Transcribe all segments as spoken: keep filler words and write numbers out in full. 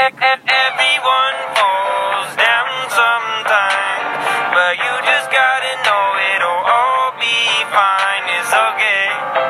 Everyone falls down sometimes, but you just gotta know it'll all be fine. It's okay.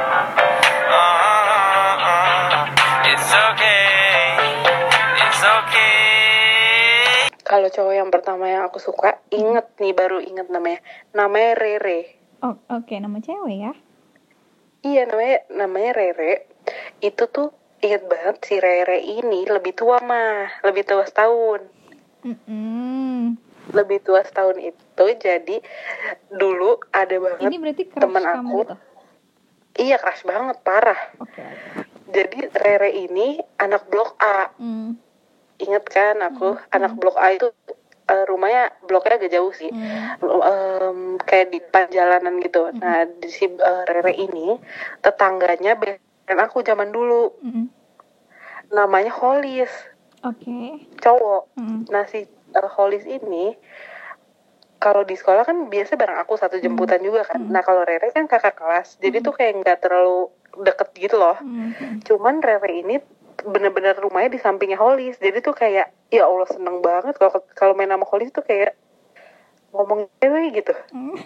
Uh, it's okay. It's okay. Kalau cowok yang pertama yang aku suka, inget nih, baru inget namanya. Namanya Rere. Oh, oke, okay. Nama cewek ya? Iya, namanya namanya Rere. Itu tuh inget banget si Rere ini lebih tua mah, lebih tua setahun. Mm-mm. Lebih tua setahun itu, jadi dulu ada banget Ini berarti crush temen kamu aku. gitu? Iya, crush banget, parah. Oke. Okay. Jadi Rere ini anak blok A. Mm. Ingat kan aku, Mm. anak blok A itu uh, rumahnya bloknya agak jauh sih. Mm. Um, kayak di depan jalanan gitu. Mm. Nah, di si uh, Rere ini tetangganya beken aku zaman dulu. Mm. Namanya Holis. Oke. Okay. Cowok. Mm. Nah, si uh, Holis ini kalau di sekolah kan biasa bareng aku satu jemputan mm. juga kan. Mm. Nah, kalau Rere kan kakak kelas. Jadi mm. tuh kayak nggak terlalu deket gitu loh. Mm. Cuman Rere ini bener-bener rumahnya di sampingnya Holis, jadi tuh kayak ya Allah seneng banget kalau kalau main sama Holis tuh kayak ngomong cewek gitu.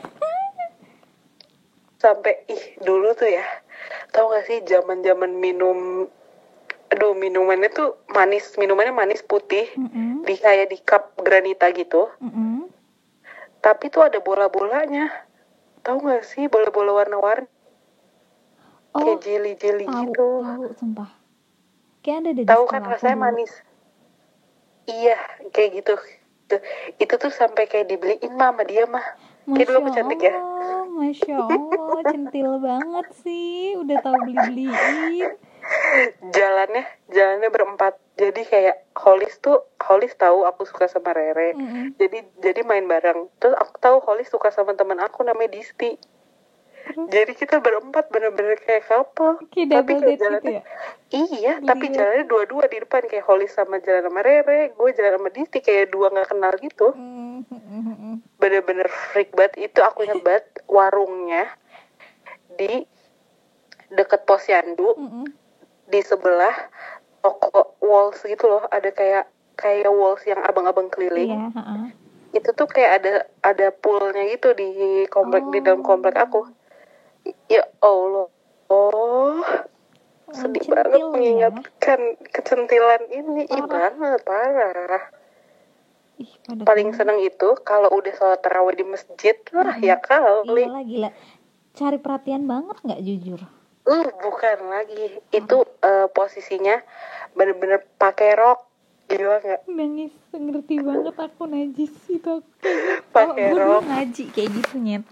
Sampai ih dulu tuh ya, tau gak sih zaman-zaman minum, aduh minumannya tuh manis, minumannya manis putih, mm-hmm. di kayak di cup granita gitu, mm-hmm. tapi tuh ada bola-bolanya, tau gak sih bola-bola warna-warni, oh, kayak jelly-jelly gitu. Tahu, sumpah. Kayak ada di tahu kan rasanya dulu. Manis. Iya, kayak gitu. Itu tuh sampai kayak dibeliin mah sama dia mah. Kayak dulu aku cantik ya. Masya Allah, centil banget sih. Udah tahu beli-beliin. Jalannya, jalannya berempat. Jadi kayak Holis tuh, Holis tahu aku suka sama Rere. Mm-hmm. Jadi jadi main bareng. Terus aku tahu Holis suka sama teman aku namanya Disti. Terus? Jadi kita berempat bener-bener kayak couple. Kayak tapi kayak jalannya, gitu ya? Iya, Gila. Tapi jalannya dua-dua di depan kayak Holis sama jalan sama Rere, gue jalan sama Disti kayak dua nggak kenal gitu. Mm-hmm. Bener-bener freak banget. Itu aku ingat banget warungnya di deket Posyandu, mm-hmm. di sebelah toko Walls gitu loh. Ada kayak kayak Walls yang abang-abang keliling. Iya. Uh-uh. Itu tuh kayak ada ada poolnya gitu di komplek oh. di dalam komplek aku. Ya Allah, oh sedih oh, banget mengingatkan ya? Kecentilan ini, ih banget parah. Ih, paling seneng itu kalau udah sholat tarawih di masjid lah hmm. ya kali. Gila gila, cari perhatian banget nggak jujur? Uh bukan lagi, hmm. itu uh, posisinya bener-bener pakai rok. Gila nggak? Nangis, ngerti banget aku najis itu. Pakai oh, rok. Gue ngaji kayak gitu nyet.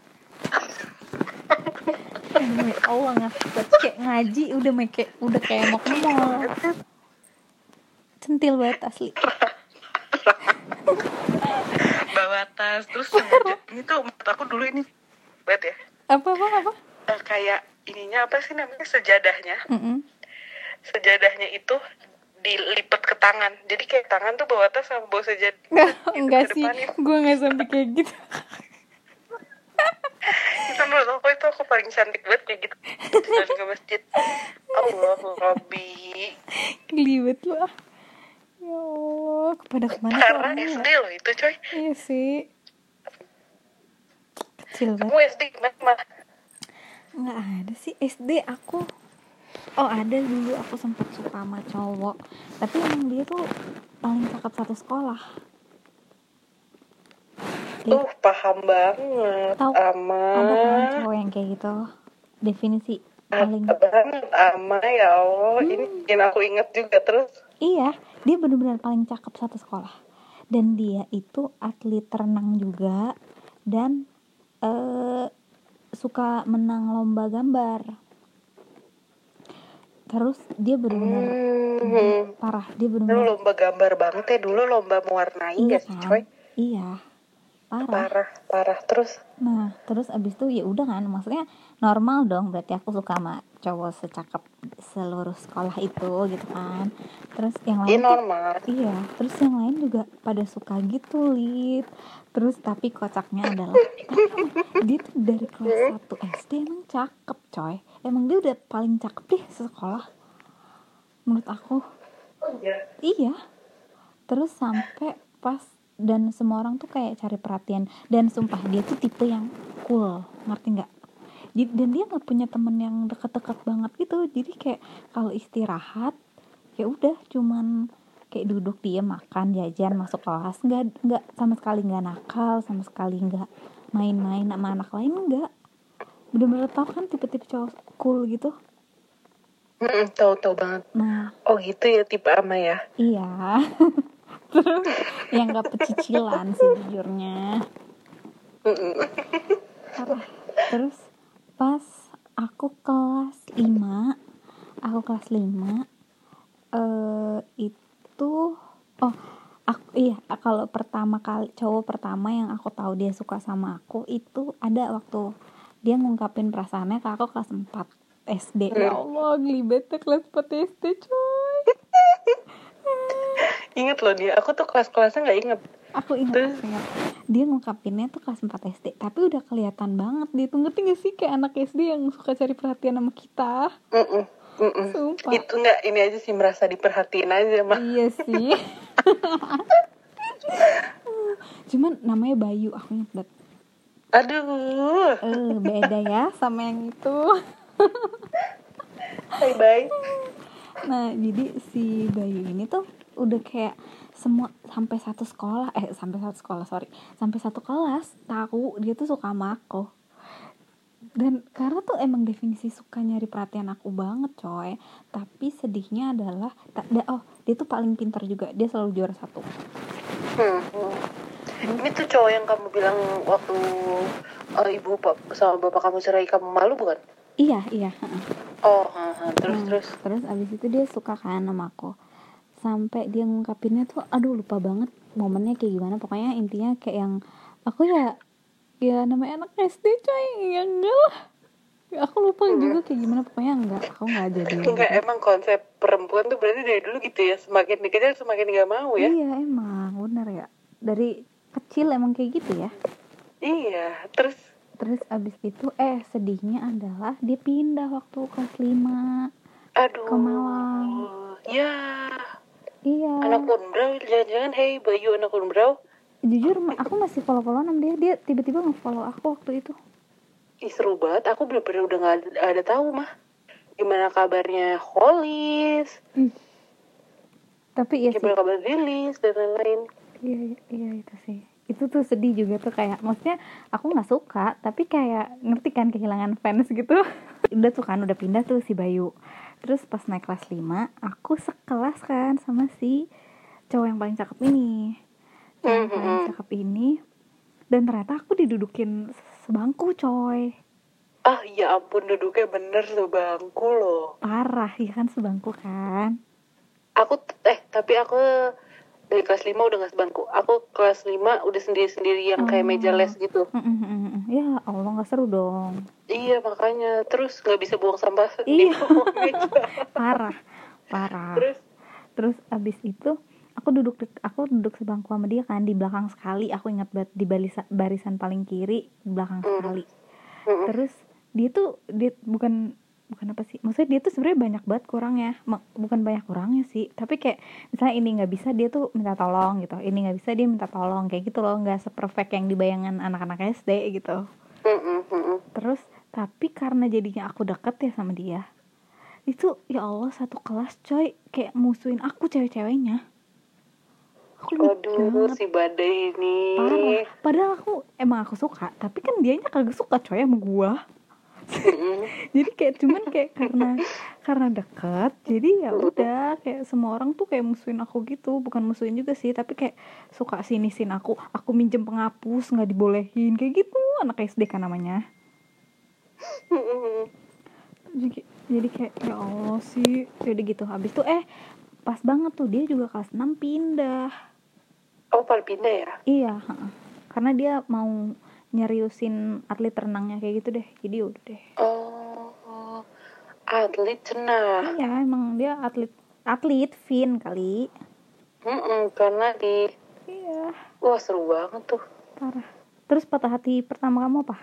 Demi Allah ngasih kayak ngaji udah kayak udah kayak mau ke mall. Centil banget asli. Bawa tas terus sengaja. Ini tuh menurut aku dulu ini banget ya. Apa apa apa? Uh, kayak ininya apa sih namanya sejadahnya? Mm-hmm. Sejadahnya itu dilipat ke tangan. Jadi kayak tangan tuh bawa tas sama bawa sejadah. Enggak sih, gue nggak sampai kayak gitu. Itu menurut aku itu aku paling cantik banget kayak gitu. Terus ke masjid. Allahu Rabbi. Gelibet lu ah. Ya Allah, kepada kemana karena S D loh itu coy. Iya sih. Kecil banget. Kamu S D gimana mah? Nggak ada sih S D aku. Oh ada dulu aku sempat suka sama cowok. Tapi emang dia tuh paling cakep satu sekolah. Tuh uh, paham banget. Tahu ama ada kan cowok yang kayak gitu. Definisi paling banget ama ya Allah. Hmm. Ini bikin aku inget juga terus. Iya, dia benar-benar paling cakep satu sekolah. Dan dia itu atlet renang juga dan uh, suka menang lomba gambar. Terus dia benar-benar hmm. parah, dia benar-benar dulu lomba gambar banget ya, dulu lomba mewarnai iya, ya sih coy. Iya. Parah. Parah, parah terus. Nah, terus abis itu ya udah kan, maksudnya normal dong, berarti aku suka sama cowok secakep seluruh sekolah itu gitu kan. Terus yang lain iya, normal. Tuh, iya, terus yang lain juga pada suka gitu, Lid. Terus tapi kocaknya adalah dia tuh dari kelas satu S D emang cakep, coy. Emang dia udah paling cakep deh sekolah menurut aku. Oh iya. Iya. Terus sampai pas, dan semua orang tuh kayak cari perhatian, dan sumpah dia tuh tipe yang cool, ngerti nggak? Jadi, dan dia nggak punya temen yang deket-deket banget gitu. Jadi kayak kalau istirahat ya udah cuman kayak duduk dia makan jajan masuk kelas, nggak nggak sama sekali nggak nakal, sama sekali nggak main-main sama anak lain, nggak. Bener-bener tau kan tipe-tipe cowok cool gitu. Mm-mm, tahu-tahu banget. Nah Oh gitu ya tipe Ama ya. iya. Terus yang nggak pecicilan sih jujurnya. Mm-mm. Parah. Terus pas aku kelas lima, aku kelas lima eh itu oh aku iya kalau pertama kali cowok pertama yang aku tahu dia suka sama aku itu ada waktu dia ngungkapin perasaannya ke aku kelas empat S D. Ya Allah, geli banget kelas empat S D coy. Ingat loh dia, aku tuh kelas-kelasnya nggak inget. Aku ingat, Terus? aku ingat. Dia ngungkapinnya tuh kelas empat S D, tapi udah kelihatan banget dia tuh, ngerti gak sih, kayak anak S D yang suka cari perhatian sama kita. Mm-mm, mm-mm. Sumpah. Itu nggak, ini aja sih merasa diperhatiin aja mah. Iya sih. Cuman namanya Bayu, aku ingat banget. Aduh. Eh, beda ya sama yang itu. Bye bye. Nah, jadi si Bayu ini tuh udah kayak semua sampai satu sekolah, eh sampai satu sekolah, sorry, sampai satu kelas tahu dia tuh suka sama aku. Dan karena tuh emang definisi suka nyari perhatian aku banget coy. Tapi sedihnya adalah tak da, oh dia tuh paling pintar juga, dia selalu juara satu. Hmm. Ini tuh cowok yang kamu bilang waktu uh, ibu pap, sama bapak kamu cerai kamu malu bukan? Iya iya. Uh-uh. Oh, uh-huh. terus nah, terus. Terus abis itu dia suka kan sama aku. Sampai dia ngungkapinnya tuh, aduh lupa banget momennya kayak gimana. Pokoknya intinya kayak yang aku ya, ya namanya anak S D coy, ya enggak lah. Aku lupa hmm. juga kayak gimana, pokoknya enggak, aku enggak jadi. Enggak, gitu. Emang konsep perempuan tuh berarti dari dulu gitu ya, semakin dikejar semakin nggak mau ya. Iya emang, benar ya. Dari kecil emang kayak gitu ya. Iya, terus Terus abis itu eh sedihnya adalah dia pindah waktu kelas lima. Aduh. Ke Malang. Ya. Iya. Anak Unbrau, jangan-jangan hey Bayu anak Unbrau. Jujur aku masih follow-followan sama dia, dia tiba-tiba nge-follow aku waktu itu. Ih seru banget, aku bener-bener udah gak ada, ada tahu mah gimana kabarnya Holis. Hmm. Tapi iya gimana sih. kabar Lilis dan lain-lain. Iya, iya itu sih. Itu tuh sedih juga tuh, kayak maksudnya aku nggak suka tapi kayak ngerti kan kehilangan fans gitu. Udah tuh kan udah pindah tuh si Bayu. Terus pas naik kelas lima aku sekelas kan sama si cowok yang paling cakep ini. Cowok yang paling cakep ini. Dan ternyata aku didudukin sebangku coy. Ah ya ampun, duduknya bener sebangku loh. Parah ya kan, sebangku kan. Aku eh tapi aku dari kelas lima udah gak sebangku. Aku kelas lima udah sendiri-sendiri yang kayak meja les gitu. Ya Allah, gak seru dong. Iya makanya. Terus gak bisa buang sampah iya. di bawah meja. Parah Parah Terus Terus abis itu aku duduk aku duduk sebangku sama dia kan, di belakang sekali. Aku ingat banget, di barisan, barisan paling kiri belakang mm. sekali. mm. Terus dia tuh dia bukan bukan apa sih, maksudnya dia tuh sebenarnya banyak banget kurangnya, bukan banyak kurangnya sih, tapi kayak misalnya ini nggak bisa dia tuh minta tolong gitu, ini nggak bisa dia minta tolong, kayak gitu loh, nggak seperfect yang dibayangan anak-anak S D gitu. Mm-mm. Terus tapi karena jadinya aku deket ya sama dia, itu ya Allah satu kelas coy kayak musuhin aku cewek-ceweknya. Aku Aduh si badai ini. Parah. Padahal aku emang aku suka, tapi kan dianya kagak suka coy sama gua. Jadi kayak cuman kayak karena karena dekat, jadi ya udah kayak semua orang tuh kayak musuhin aku gitu. Bukan musuhin juga sih, tapi kayak suka sinisin aku. Aku minjem penghapus nggak dibolehin kayak gitu. Anak S D kan namanya. jadi, jadi kayak ya Allah sih. Jadi gitu. Habis tuh eh pas banget tuh dia juga kelas enam pindah. Oh pada pindah ya? Iya. Karena dia mau nyeriusin atlet renangnya kayak gitu deh, jadi udah deh. Oh, atlet renang. Iya emang dia atlet atlet fin kali. Mm karena di. Iya. Wah seru banget tuh. Parah. Terus patah hati pertama kamu apa?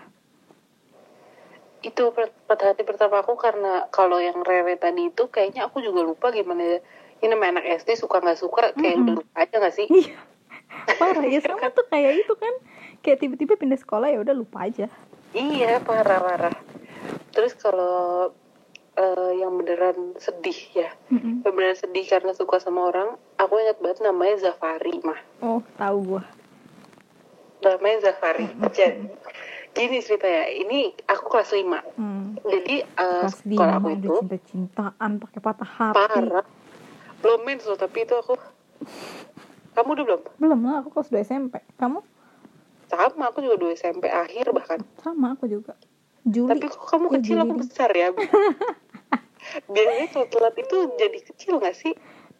Itu patah hati pertama aku karena kalau yang Rere tadi itu kayaknya aku juga lupa gimana Ini namanya anak S D suka nggak suka kayak Mm-mm. udah lupa aja nggak sih? Iya, parah ya, sama tuh kayak itu kan, kayak tiba-tiba pindah sekolah ya udah lupa aja. Iya, parah parah. Terus kalau eh, yang beneran sedih ya, Mm-mm. yang beneran sedih karena suka sama orang, aku ingat banget namanya Zafari mah. Oh tahu gua. Namanya Zafari. Jadi gini ceritanya, ini aku kelas lima. Hmm. Jadi eh, Kelas sekolah lima aku udah itu cinta-cintaan pakai patah hati. parah. Belum mens loh, tapi itu aku. Kamu udah belum? Belum lah, aku kelas dua S M P. Kamu? Sama, aku juga dua S M P akhir bahkan. Sama aku juga. Juli. Tapi kok kamu Ya, kecil, Juli aku deh. besar ya? Biasanya kalau telat itu jadi kecil gak sih?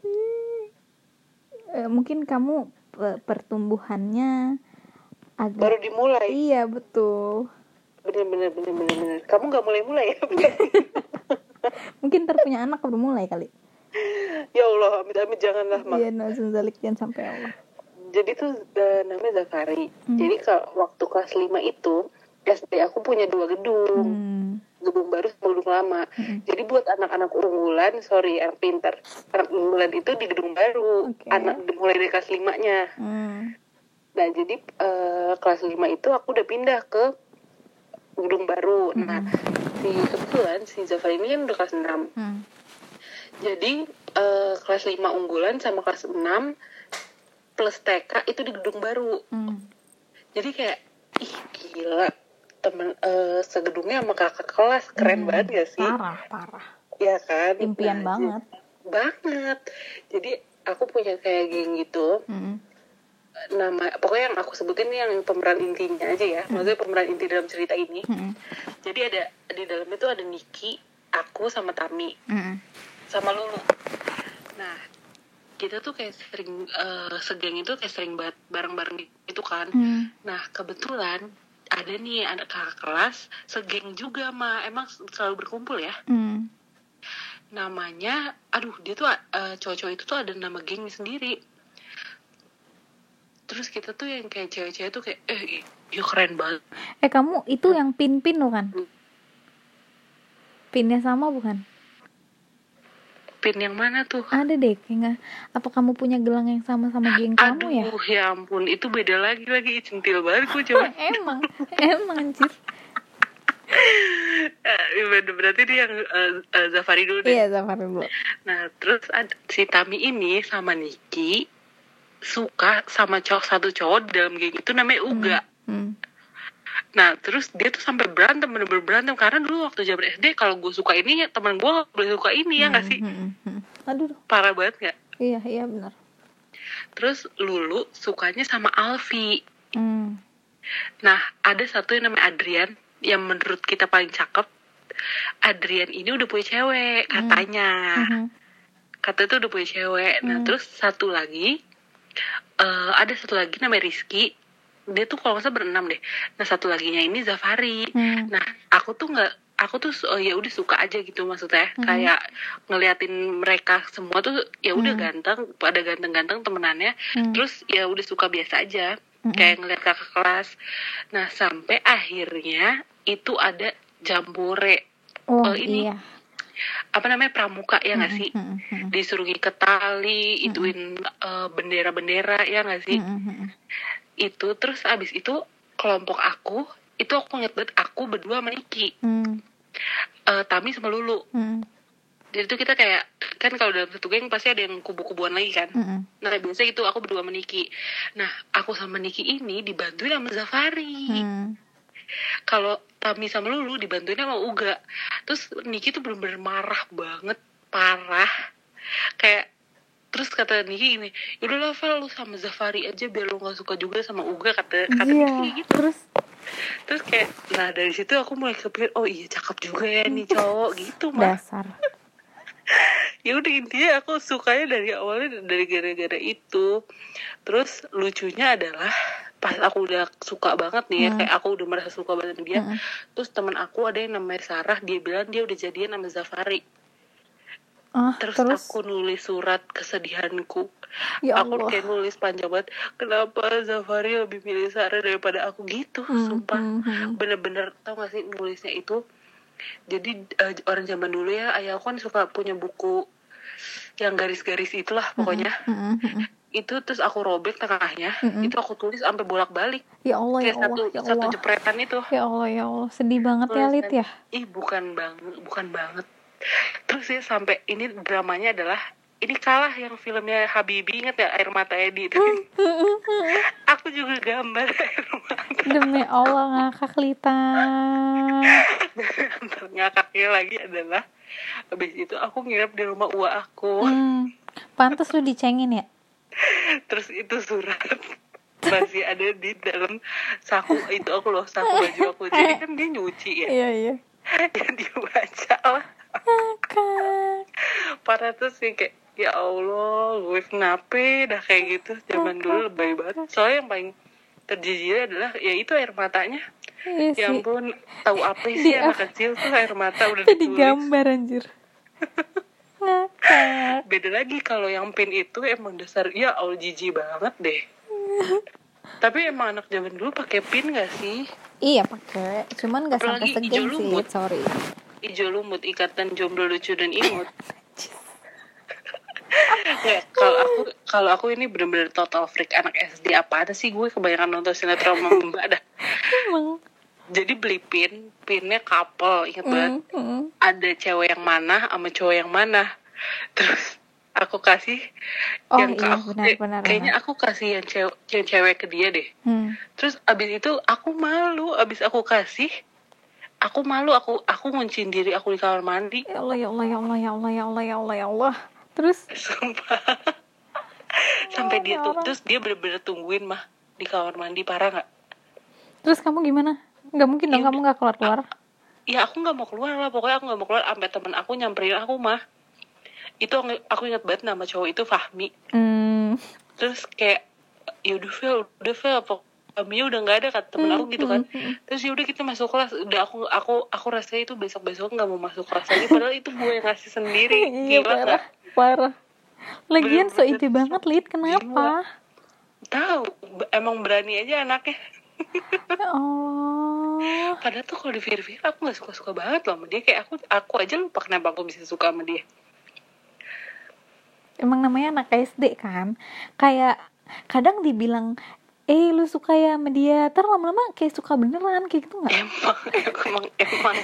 Eh, mungkin kamu pe- pertumbuhannya agak. Baru dimulai. Iya betul. Bener bener bener bener bener. Kamu gak mulai mulai ya? Mungkin ntar punya anak udah mulai kali. Ya Allah, amit amit janganlah mah. Iya, nazunzalik jangan sampai Allah. Jadi tuh uh, namanya Zakari. Hmm. Jadi kalau waktu kelas lima itu S D aku punya dua gedung. Hmm. Gedung baru sama gedung lama. Hmm. Jadi buat anak-anak unggulan, sorry, anak pintar, anak unggulan itu di gedung baru. Oke. Anak mulai dari kelas limanya. Hmm. Nah jadi uh, kelas lima itu aku udah pindah ke gedung baru. Hmm. Nah si kebetulan si Zafar ini kan udah kelas enam. Hmm. Jadi uh, kelas lima unggulan sama kelas enam plus T K itu di gedung baru. Hmm. Jadi kayak ih gila, temen uh, segedungnya sama kakak kelas, keren Hmm. banget gak sih? Parah, parah. Ya kan? Impian Nah, banget. j- banget. Jadi aku punya kayak geng gitu. Hmm. Nama pokoknya yang aku sebutin nih yang pemeran intinya aja ya. Maksudnya pemeran inti dalam cerita ini. Hmm. Jadi ada di dalamnya tuh ada Niki, aku sama Tami, Hmm. sama Lulu. Nah, kita tuh kayak sering uh, segeng itu kayak sering banget bareng-bareng gitu kan. Hmm. Nah, kebetulan ada nih anak kakak kelas segeng juga mah, emang selalu berkumpul ya. Hmm. Namanya, aduh dia tuh uh, cowok-cowok itu tuh ada nama gengnya sendiri. Terus kita tuh yang kayak cewek-cewek tuh kayak eh iya keren banget. Eh kamu itu yang pin-pin bukan? Pinnya sama bukan? Pin yang mana tuh? Ada deh kayaknya. Apa kamu punya gelang yang sama sama geng kamu ya? Aduh ya ampun, itu beda lagi lagi centil banget gue coba. emang, emang anjir. Eh, berarti dia yang uh, uh, Zafari dulu deh. Iya, Zafari dulu. Nah terus ada, si Tami ini sama Niki suka sama cowok satu cowok di dalam geng itu namanya Uga. Hmm. Nah terus dia tuh sampai berantem, bener-bener berantem karena dulu waktu zaman S D kalau gue suka ini ya teman gue gak boleh suka ini ya nggak sih? Hmm. Hmm. Aduh. Parah banget nggak? Iya, iya benar. Terus Lulu sukanya sama Alfi. Hmm. Nah ada satu yang namanya Adrian yang menurut kita paling cakep. Adrian ini udah punya cewek katanya. Hmm. Katanya tuh udah punya cewek. Nah Hmm. terus satu lagi uh, ada satu lagi namanya Rizky. Dia tuh kalau nggak salah berenam deh. Nah satu laginya ini Zafari. Hmm. Nah aku tuh nggak, aku tuh oh, ya udah suka aja gitu maksudnya. Hmm. Kayak ngeliatin mereka semua tuh ya udah Hmm. ganteng, pada ganteng-ganteng temenannya. Hmm. Terus ya udah suka biasa aja. Hmm. Kayak ngeliat kakak kelas. Nah sampai akhirnya itu ada jambore. Oh, Oh, ini. iya. Apa namanya pramuka ya nggak sih? Hmm. Hmm. Disuruh ngiket tali, ituin uh, bendera-bendera ya nggak sih? Hmm. Hmm. Itu terus abis itu kelompok aku itu aku inget banget aku berdua sama Niki, Hmm. uh, Tami sama Lulu. Hmm. Jadi itu kita kayak kan kalau dalam satu geng pasti ada yang kubu-kubuan lagi kan. Hmm. Nah biasa itu aku berdua sama Niki. Nah aku sama Niki ini dibantuin sama Zafari. Hmm. Kalau Tami sama Lulu dibantuin sama Uga. Terus Niki tuh bener-bener marah banget, parah. Kayak terus kata Niki gini, yaudah lah Vel, lu sama Zafari aja biar lu gak suka juga sama Uga, kata kata Iya. Niki gitu. Terus Terus kayak, nah dari situ aku mulai kepikir, oh iya cakep juga ya nih cowok gitu mah. dasar. Ya udah intinya aku sukanya dari awalnya dari gara-gara itu. Terus lucunya adalah pas aku udah suka banget nih ya, Hmm. kayak aku udah merasa suka banget sama dia. Hmm. Terus teman aku ada yang namanya Sarah, dia bilang dia udah jadian sama Zafari. Ah, Terus, terus, aku nulis surat kesedihanku. ya Aku Allah. kayak nulis panjang banget, kenapa Zafari lebih milih Sarah daripada aku gitu. Hmm, Sumpah hmm, hmm. bener-bener tau gak sih nulisnya itu. Jadi uh, orang zaman dulu ya, ayah aku kan suka punya buku yang garis-garis itulah pokoknya. Mm-mm, mm-mm. Itu terus aku robek tengahnya. Mm-mm. Itu aku tulis sampai bolak-balik. Ya Allah, ya Kayak Allah, satu ya satu Allah. jepretan itu. Ya Allah, ya Allah, sedih banget ya Lid ya. Ih, bukan banget, bukan banget. Terus ya sampai ini dramanya adalah ini kalah yang filmnya Habibie, inget ya Air Mata Edi itu. Aku juga gambar air mata. Demi Allah ngakak Lita. Ngakaknya lagi adalah habis itu aku nginep di rumah uwa aku. Hmm, pantes lu dicengin ya. Terus itu surat masih ada di dalam saku itu aku loh, saku baju aku. Jadi kan dia nyuci ya. Iya iya. Ya dia baca lah. Ngakak. Parah tuh sih kayak ya Allah, gue kenapa dah kayak gitu. Zaman dulu lebay banget. Soalnya yang paling terjijik adalah ya itu air matanya. Iya Ya sih. ampun, tahu apa sih Di- anak kecil tuh air mata udah Itu ditulis. digambar anjir. Ngakak. Beda lagi kalau yang pin itu emang dasar ya Allah jijik banget deh. Tapi emang anak zaman dulu pakai pin gak sih? Iya pakai, cuman nggak sampai Apalagi segeng hijau sih, lumut. sorry. Ijo lumut, ikatan jomblo lucu dan imut. Nggak, kalau aku kalau aku ini bener-bener total freak anak S D. Apa ada sih gue kebanyakan nonton sinetron sama mbak dah. Emang. Jadi beli pin, pinnya couple, inget banget. Mm, mm. Ada cewek yang mana sama cowok yang mana. Terus aku kasih Oh, yang ke iya, aku, benar, eh, benar, kayaknya aku kasih yang cewek, yang cewek ke dia deh. Hmm. Terus abis itu aku malu, abis aku kasih, aku malu, aku aku ngunciin diri aku di kamar mandi. Ya Allah, ya Allah, ya Allah, ya Allah, ya Allah, ya Allah, ya Allah. Terus, Sumpah. Sampai dia tuh, orang. terus dia bener-bener tungguin mah di kamar mandi, parah nggak? terus kamu gimana? Nggak mungkin dong Ya kamu nggak keluar keluar. Ya aku nggak mau keluar lah, pokoknya aku nggak mau keluar sampai temen aku nyamperin aku mah. Itu aku inget banget nama cowok itu Fahmi. Hmm. Terus kayak ya udah Fel, udah Fel, Fahminya udah nggak ada kata temen aku gitu kan. Terus ya udah kita masuk kelas, udah aku aku aku rasanya itu besok besok nggak mau masuk kelas lagi, padahal itu gue yang ngasih sendiri. Iya Gila parah, nggak? parah. Lagian so Bener-bener ide banget Lid, kenapa? Tahu, b- emang berani aja anaknya. Ya Allah. Padahal tuh kalau dipikir-pikir aku nggak suka-suka banget loh sama dia. Kayak aku aku aja lupa kenapa aku bisa suka sama dia. Emang namanya anak S D kan. Kayak kadang dibilang, eh lu suka ya sama dia, ntar lama-lama kayak suka beneran, kayak gitu nggak? Emang emang emang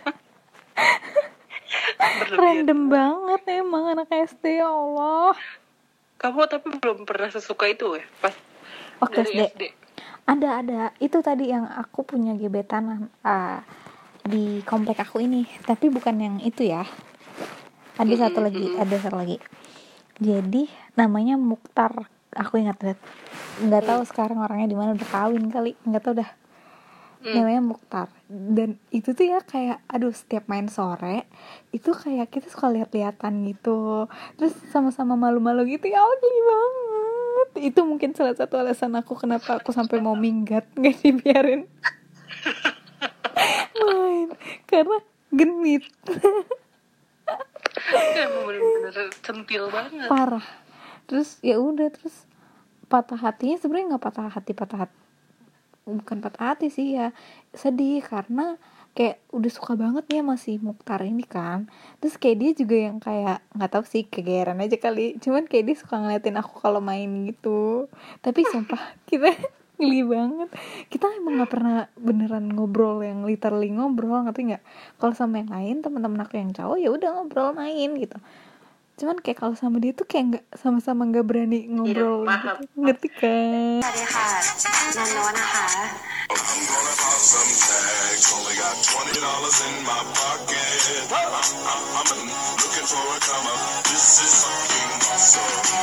berlebihan. Random banget emang anak S D, ya Allah. Kamu tapi belum pernah sesuka itu ya pas Waktu dari S D. S D. Ada ada itu tadi yang aku punya gebetan uh, di komplek aku ini, tapi bukan yang itu ya. Ada satu lagi, ada satu lagi. Jadi namanya Mukhtar, aku ingat banget. Nggak tahu sekarang orangnya di mana, udah kawin kali, nggak tahu dah. Namanya Mukhtar. Dan itu tuh ya kayak, aduh setiap main sore itu kayak kita suka lihat-lihatan gitu, terus sama-sama malu-malu gitu ya, Allah geli banget. Itu mungkin salah satu alasan aku kenapa aku sampai mau minggat, nggak dibiarin main, karena genit. Emang bener-bener centil banget. Parah. Terus ya udah, terus patah hatinya sebenarnya nggak patah hati patah hati bukan patah hati sih ya, sedih karena kayak udah suka banget nih sama si Mukhtar ini kan. Terus kayak dia juga yang kayak nggak tahu sih, kegeeran aja kali, cuman kayak dia suka ngeliatin aku kalau main gitu. Tapi sumpah kita geli banget, kita emang nggak pernah beneran ngobrol yang literally ngobrol, ngerti nggak? Kalau sama yang lain teman-teman aku yang cowok ya udah ngobrol main gitu, cuman kayak kalau sama dia tuh kayak nggak, sama-sama nggak berani ngobrol Iya, paham. gitu, ngerti kan? สวัสดีค่ะนันโนนะคะ I'm gonna pop some tags. Only got twenty dollars in my pocket. I'm, I'm, I'm looking for a come up. This is fucking awesome.